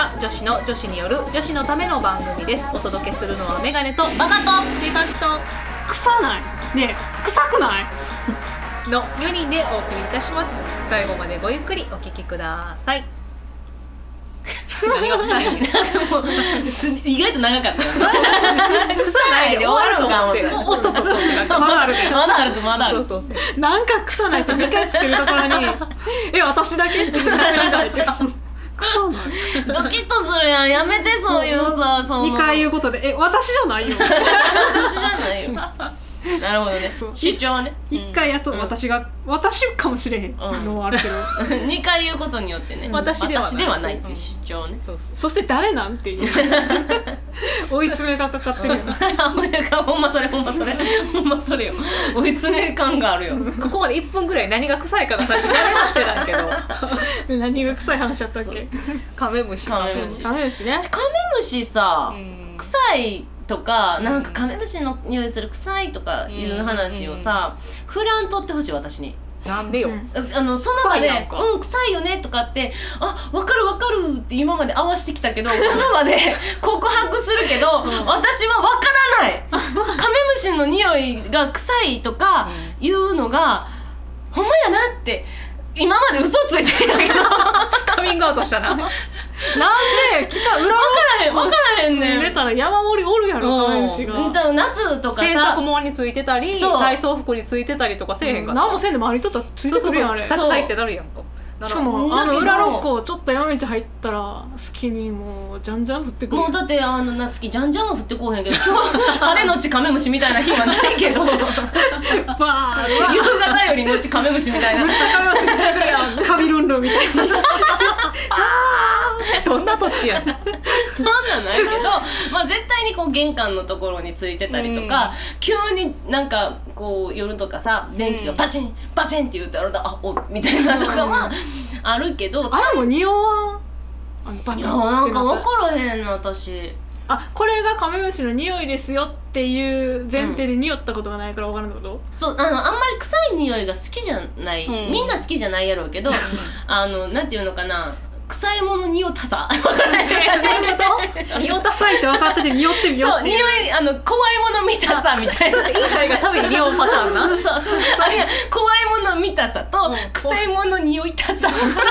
は女子による女子のための番組です。お届けするのはメガネとバカと美咲と臭ないねえ臭くないの4人でお送りいたします。最後までごゆっくりお聞きください。何が臭いね意外と長かったよ。臭いで終わるんか思って。 おっとっとっとってなっちゃう。 まだあるねまだあるとまだある。 そうなんか臭ないって2回つってるところに私だけって臭ないドキッとするやん。やめてそういうさ、そう 2回言うことで私じゃないよ私じゃないよ。なるほどね。主張ね。 1回やと私かもしれへんのはあるけど、 2回言うことによってね、 私ではないっていう主張ね。 そして誰なんっていう追い詰めがかかってるよほんまそれよ。追い詰め感があるよ。 ここまで1分ぐらい何が臭いかの話誰もしてないけどで何が臭い話だったっけ？ カメムシカメムシね。 カメムシさ、臭いとか、なんかカメムシの匂いする臭いとかいう話をさ、振らんとってほしい。私になんでよ、 その場で臭い臭いよねとかって分かるって今まで合わしてきたけど、この場で告白するけど、私は分からないカメムシの匂いが臭いとかいうのがほんまやなって今まで嘘ついてきたけどカミングアウトしたな。 なんで北裏分からへんねん。 出たら山盛りおるやろカメムシが。 夏とかさ、 洗濯物についてたり体操服についてたりとかせえへんかった。 何もせんでもありとったらついてくるやんあれ。 臭いってなるやんか。 しかも裏6個ちょっと山道入ったら好きにもうじゃんじゃん降ってくる。 もうだって好きじゃんじゃんは降ってこうへんけど、今日晴れのちカメムシみたいな日はないけど夕方よりのちカメムシみたいな。 めっちゃカメムシ降ってくるやんカビルンルンみたいなそんな土地やん。 そんなんないけど、絶対にこう玄関のところについてたりとか、急になんかこう夜とかさ電気がパチンパチンって言っておみたいなとかはあるけど、 あれも匂わんバチンってなんか分からへんの私。 これがカメムシの匂いですよっていう前提で匂ったことがないから分からんってこと？ そうあんまり臭い匂いが好きじゃない、みんな好きじゃないやろうけどなんていうのかな、臭いもの匂たさ匂たさいって分かってて匂ってみようっていう。 そう匂い怖いもの見たさみたいな。 いい匂いがために匂うパターンな。 そう怖いもの見たさと臭いもの匂いたさ。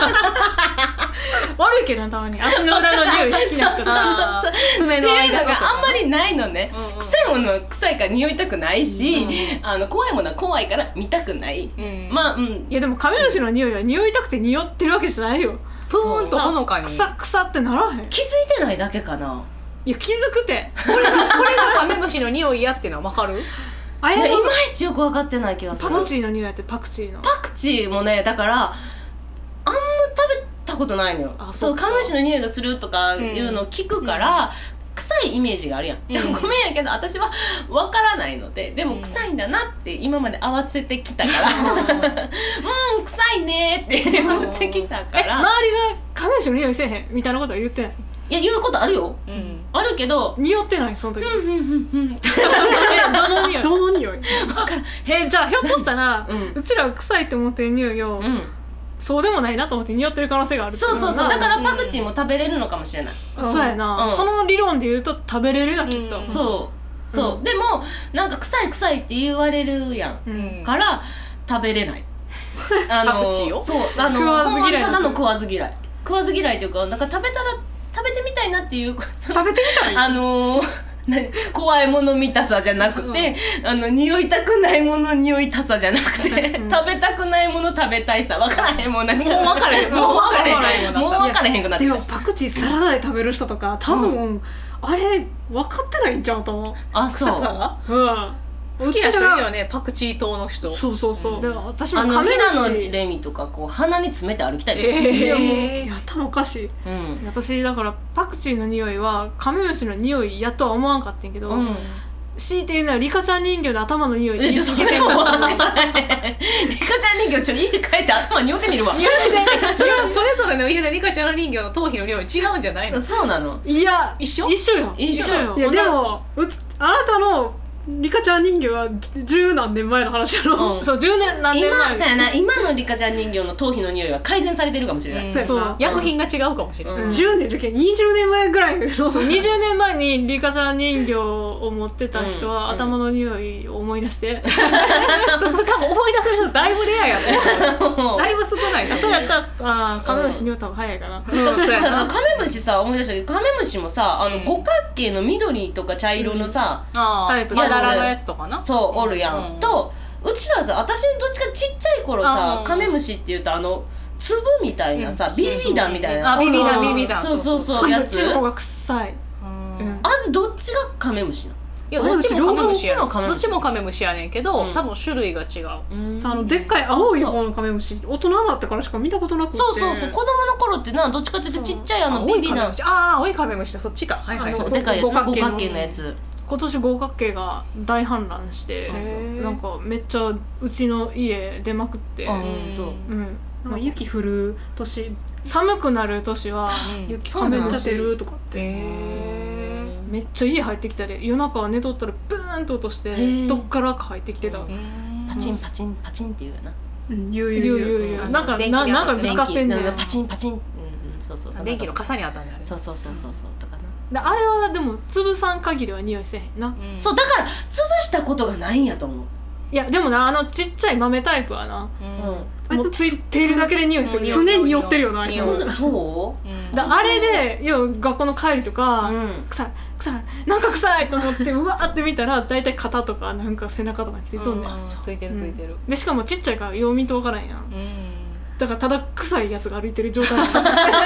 悪いけどな、たまに足の裏の匂い好きな人とか爪の間とかっていうのがあんまりないのね。臭いものは臭いから匂いたくないし、怖いものは怖いから見たくない。 いやでもカメムシの匂いは匂いたくて匂ってるわけじゃないよ。 ふーんとほのかに臭ってならへん。 気づいてないだけかな。 いや気づくてこれがカメムシの匂いやっていうのは分かる？ いまいちよく分かってない気がする。 パクチーの匂いやって。パクチーもね、だからあんま食べたことないのよ。そうカメムシの匂いがするとかいうのを聞くから、臭いイメージがあるやん。じゃあごめんやけど私は分からないので、でも臭いんだなって今まで合わせてきたから臭いねって言ってきたから。 周りがカメムシの匂いせえへんみたいなことは言ってない？ いや言うことあるよ、あるけど匂ってないその時。どの匂い？ 分からん。 じゃあひょっとしたらうちらが臭いって思ってる匂いをそうでもないなと思って匂ってる可能性がある。 そうだからパクチーも食べれるのかもしれない。 そうやな、その理論で言うと食べれるなきっと。 そうでもなんか臭いって言われるやん、から食べれない。 パクチーをそう食わず嫌い。ただの食わず嫌いというか、なんか食べてみたいなっていう。 食べてみたい怖いもの見たさじゃなくて、匂いたくないもの匂いたさじゃなくて、食べたくないもの食べたいさ。分からへん。もう何がもう分からへんくなってでもパクチーサラダで食べる人とか多分、あれ分かってないんちゃうと思う。 臭さが好きな人いるよね、パクチー党の人。 そうでも私もカメムシ平野レミとかこう鼻に詰めて歩きたい。 いやもう頭おかしい。私だからパクチーの匂いはカメムシの匂いやとは思わんかったんけど、強いて言うならリカちゃん人形の頭の匂い。 リカちゃん人形家帰って頭匂ってみるわ。 それはそれぞれの家のリカちゃんの人形の頭皮の匂い違うんじゃないの？ そうなの？ いや一緒よ。 いやでもあなたのリカちゃん人形は十何年前の話やろ、 うんそう10年何年前今さやな今のリカちゃん人形の頭皮の匂いは改善されてるかもしれない、 そうやな薬品が違うかもしれない、 うん 10年じゃけん20年前ぐらいのそう20年前にリカちゃん人形を持ってた人は、 うん頭の匂いを思い出してそして多分思い出せる人だいぶレアやねだいぶ少ないねそうやったらカメムシにおった方が早いかな、 そうやそうそうなカメムシさ思い出したけどカメムシもさ五角形の緑とか茶色のさ、 タイプまだらのやつとかなそうおるやん、とうちらさ私どっちかちっちゃい頃さカメムシっていうと粒みたいなさ、ビビダンみたいな、 ビビダンそうそうそうやつ、 方が臭い、 どっちがカメムシなの？ いやどっちもカメムシやどっちもカメムシどっちもカメムシやねんけど、多分種類が違う、 さでっかい青い方のカメムシ大人になってからしか見たことなくて、 そう子供の頃ってなどっちかっていうとちっちゃいビビダン、 青いカメムシだそっちか、はいはいそうでかいやつ五角形の五角形のやつ、 今年五角形が大氾濫してなんかめっちゃうちの家出まくって、なんか雪降る年寒くなる年は雪めっちゃ出るとかって、めっちゃ家入ってきたで夜中寝とったらブーンと落としてどっからか入ってきてた、 パチンパチンパチンっていうよな、 言うなんかぶつかってんねん、 パチンパチン、そうそうそう電気の傘に当たんねんあれ、 そうとかな、 あれはでも潰さん限りは匂いせえへんな、 そうだから潰したことがないんやと思う。 いやでもなちっちゃい豆タイプはな、 あいつついているだけで匂いする、常に匂ってるよな、 そうあれで学校の帰りとか、臭いなんか臭いと思ってうわーって見たら大体肩とかなんか背中とかについとんねん、 ついてるでしかもちっちゃいからよう見とわからんやん、だからただ臭いやつが歩いてる状態なん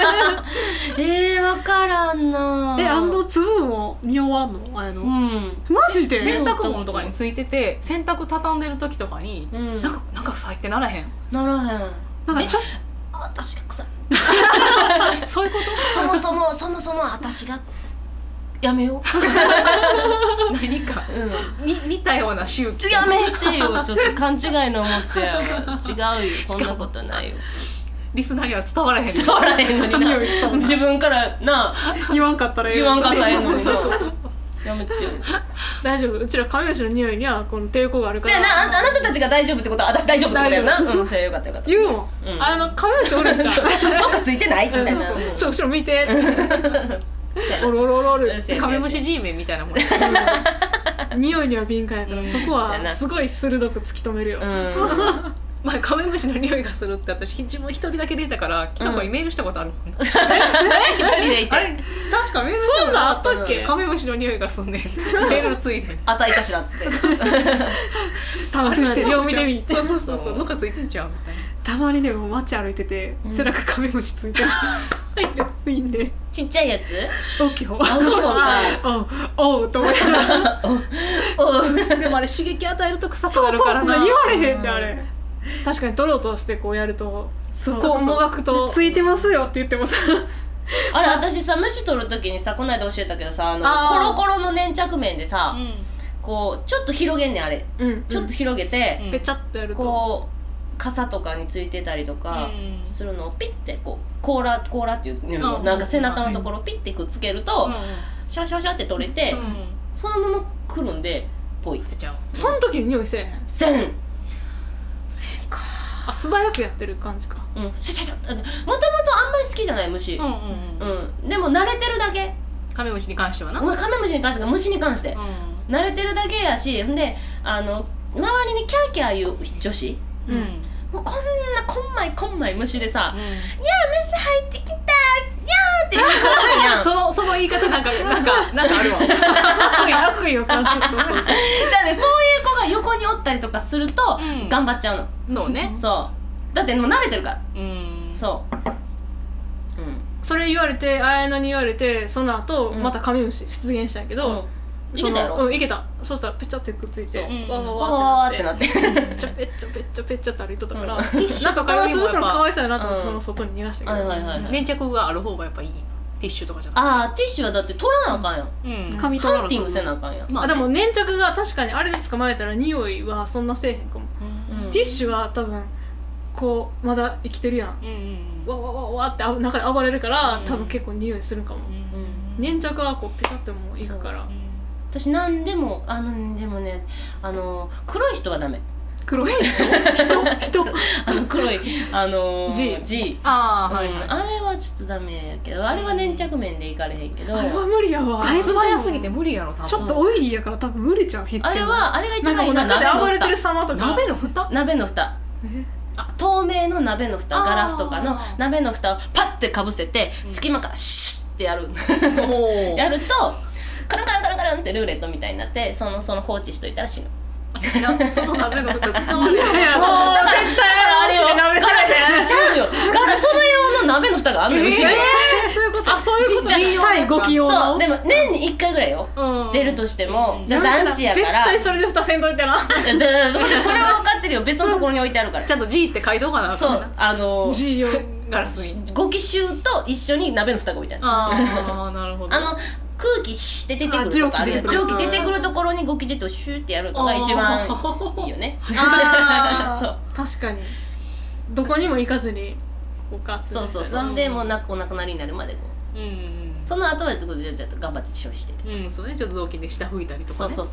分からんな。 粒も匂わんのマジで洗濯物とかについてて洗濯畳んでる時とかになんか臭いってならへん、 ならへん、 なんかちょっと私が臭いそういうことそもそも私がやめよう何か、似たような周期やめてよちょっと勘違いの思ってやわ違うよそんなことないよリスナーには伝わらへんのにな自分からな言わんかったら言わんかったらええのになやめてよ大丈夫うちらカメムシの匂いにはこの抵抗があるからそうやなあなたたちが大丈夫ってことは私大丈夫ってことやなそれよかった言うもんカメムシおるんじゃんどっかついてないみたいなちょっと後ろ向いておるカメムシ G メンみたいなもん匂いには敏感やからそこはすごい鋭く突き止めるよ前カメムシの匂いがするって私自分一人だけでいたからキノコにメールしたことあるもん、 一人でいてあれ確かメールそんなんあったっけカメムシの匂いがすんねんメールついてんあたいかしらっつってたまによう見てみそうどっかついてんちゃうみたいなたまにでも街歩いてて背中カメムシついてる人いんでちっちゃいやつ大きい方大きい方かおうと思いながらでもあれ刺激与えると臭くなるからな言われへんってあれ確かに取ろうとしてこうやるとそうもがくとついてますよって言ってもさあれ私さ虫取る時にさこの間教えたけどさコロコロの粘着面でさ、こうちょっと広げんねんあれ、ちょっと広げて、 ペチャッとやるとこう傘とかについてたりとかするのをピッてこう甲羅っていうのなんか背中のところをピッてくっつけると、シャシャシャって取れて、そのままくるんでポイ捨てちゃう。 その時に匂いせえへんせんか素早くやってる感じかシャシャシャもともとあんまり好きじゃない虫でも慣れてるだけカメムシに関してはなカメムシに関してか虫に関して慣れてるだけやしんで周りにキャーキャー言う女子もうこんなこんまい虫でさ「いや虫入ってきたやー」って言うやんその言い方なんかあるわ悪意を感じるじゃあねそういう子が横におったりとかすると頑張っちゃうのそうねそうだってもう慣れてるからそうそれ言われてあやなに言われてその後またカメムシ出現したんやけどいけたやろいけたそしたらペチャってくっついてわわってなってペッチャペッチャって歩いとったからなんかこれ潰すのかわいそうやなと思ってその外に逃がしたけど粘着がある方がやっぱいいティッシュとかじゃなティッシュはだって取らなあかんやん掴み取らなハンティングせなあかんやんでも粘着が確かにあれで捕まえたら匂いはそんなせえへんかもティッシュは多分こうまだ生きてるやんわわわわって中で暴れるから多分結構匂いするかも粘着はこうペチャってもいくから私何でもでもね黒い人はダメ。 黒い人黒い G ああ、はい、 あれはちょっとダメやけど、あれは粘着面でいかれへんけど、 あれは無理やわ。 あれ素早すぎて無理やろ多分。 ちょっとオイリーやから多分無理ちゃう。火つけるのあれが一番いいのは中で暴れてる様とか。 鍋の蓋透明の鍋の蓋、ガラスとかの鍋の蓋をパッてかぶせて隙間からシュッてやるやるとカランカランカランカランってルーレットみたいになって、その放置しといたら死ぬ。 その鍋の蓋使わない。 いや絶対あれよ。鍋されちゃうよ。その用の鍋の蓋があんのよ、うちに。 そういうこと対5機用の。 そう、でも年に1回ぐらいよ、出るとしても。ランチやから絶対それで蓋せんといてな。 それは分かってるよ、別のところに置いてあるから。 ちゃんと G って書いとかな。 そう、 G 用ガラスに 5機種と一緒に鍋の蓋が置いてある。 ああ、なるほど。 空気シュッて出てくるとかあるやん。蒸気出てくるところに5機種とシュッてやるのが一番いいよね。 そう確かにどこにも行かずにこうガッツリ。 そうでもうお亡くなりになるまでこう、その後はちょっと頑張って処理してて、 そうね、ちょっと雑巾で下拭いたりとかね。 そう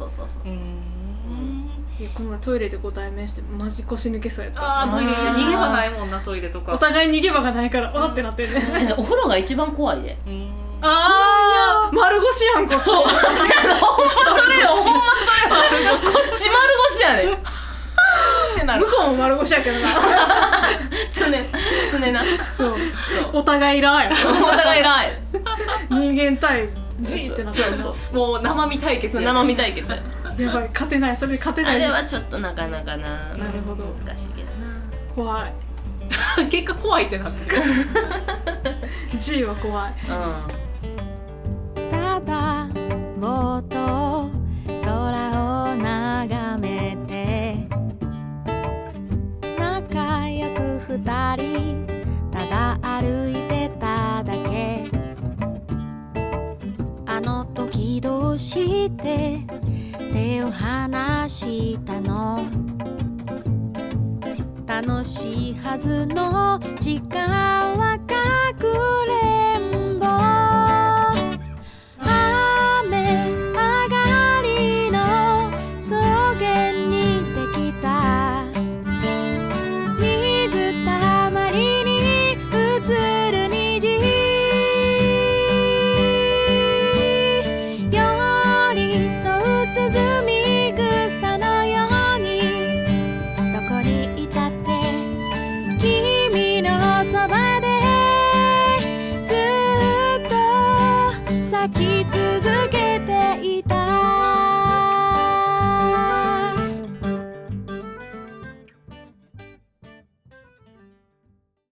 この前トイレでご対面してマジ腰抜けそうやった。 ああ、トイレ逃げ場ないもんな、トイレとか。 お互い逃げ場がないからわーってなってるね。 お風呂が一番怖いで。 ああ、丸腰やんこっち。 そう、ほんまそれよ、ほんまそれよ。こっち丸腰やねんってなる。 向こうも丸腰やけどな。 常な。 そうお互いラーや。 お互いラーや。 人間対 G ってなってる。 もう生身対決。 やばい、 勝てない、それ勝てない。 あれはちょっとなかなかな。 なるほど、 難しいけどな。 怖い。 結果怖いってなってる。 G は怖い。 ただぼーっと空を眺めて、仲良く二人ただ歩いてただけ。あの時どうして手を離したの。楽しいはずの時間は隠れ